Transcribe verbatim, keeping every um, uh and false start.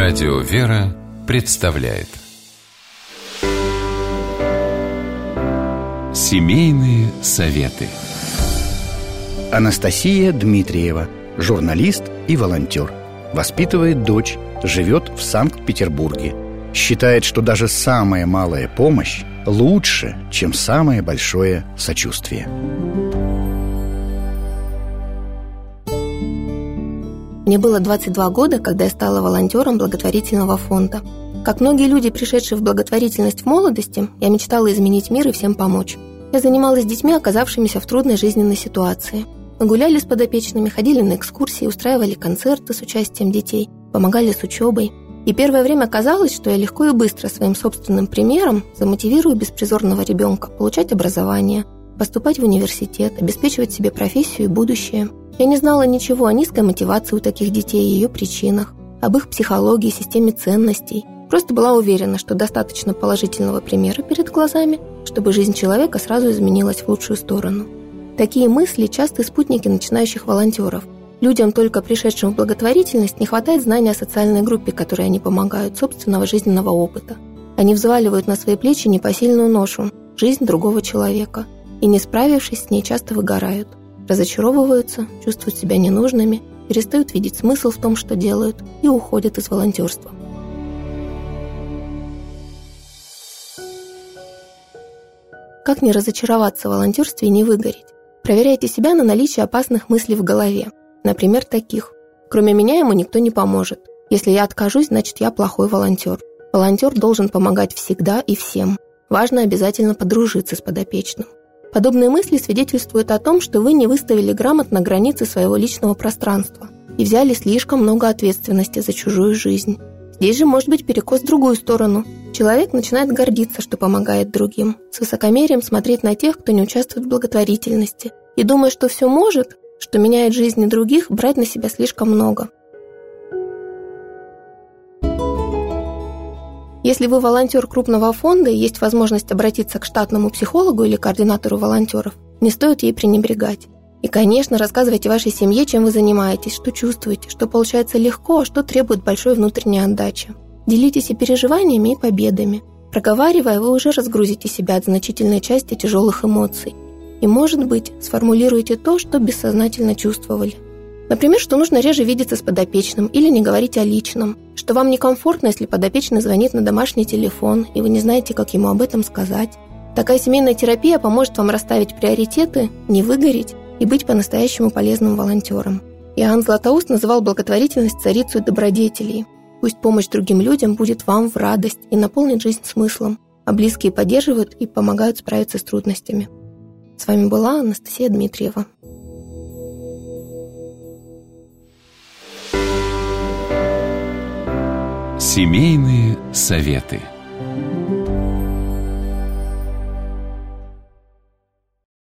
Радио «Вера» представляет Семейные советы. Анастасия Дмитриева, журналист и волонтер. Воспитывает дочь, живет в Санкт-Петербурге. Считает, что даже самая малая помощь лучше, чем самое большое сочувствие. Мне было двадцать два года, когда я стала волонтером благотворительного фонда. Как многие люди, пришедшие в благотворительность в молодости, я мечтала изменить мир и всем помочь. Я занималась с детьми, оказавшимися в трудной жизненной ситуации. Мы гуляли с подопечными, ходили на экскурсии, устраивали концерты с участием детей, помогали с учебой. И первое время казалось, что я легко и быстро своим собственным примером замотивирую беспризорного ребенка получать образование, поступать в университет, обеспечивать себе профессию и будущее. Я не знала ничего о низкой мотивации у таких детей и ее причинах, об их психологии, системе ценностей. Просто была уверена, что достаточно положительного примера перед глазами, чтобы жизнь человека сразу изменилась в лучшую сторону. Такие мысли – частые спутники начинающих волонтеров. Людям, только пришедшим в благотворительность, не хватает знания о социальной группе, которой они помогают, собственного жизненного опыта. Они взваливают на свои плечи непосильную ношу – жизнь другого человека. И, не справившись с ней, часто выгорают. Разочаровываются, чувствуют себя ненужными, перестают видеть смысл в том, что делают, и уходят из волонтерства. Как не разочароваться в волонтерстве и не выгореть? Проверяйте себя на наличие опасных мыслей в голове. Например, таких. Кроме меня ему никто не поможет. Если я откажусь, значит я плохой волонтер. Волонтер должен помогать всегда и всем. Важно обязательно подружиться с подопечным. Подобные мысли свидетельствуют о том, что вы не выставили грамотно границы своего личного пространства и взяли слишком много ответственности за чужую жизнь. Здесь же может быть перекос в другую сторону. Человек начинает гордиться, что помогает другим, с высокомерием смотреть на тех, кто не участвует в благотворительности, и думая, что все может, что меняет жизни других, брать на себя слишком много. Если вы волонтер крупного фонда и есть возможность обратиться к штатному психологу или координатору волонтеров, не стоит ей пренебрегать. И, конечно, рассказывайте вашей семье, чем вы занимаетесь, что чувствуете, что получается легко, а что требует большой внутренней отдачи. Делитесь и переживаниями, и победами. Проговаривая, вы уже разгрузите себя от значительной части тяжелых эмоций. И, может быть, сформулируете то, что бессознательно чувствовали. Например, что нужно реже видеться с подопечным или не говорить о личном, что вам некомфортно, если подопечный звонит на домашний телефон, и вы не знаете, как ему об этом сказать. Такая семейная терапия поможет вам расставить приоритеты, не выгореть и быть по-настоящему полезным волонтером. Иоанн Златоуст называл благотворительность царицей добродетелей. Пусть помощь другим людям будет вам в радость и наполнит жизнь смыслом, а близкие поддерживают и помогают справиться с трудностями. С вами была Анастасия Дмитриева. Семейные советы.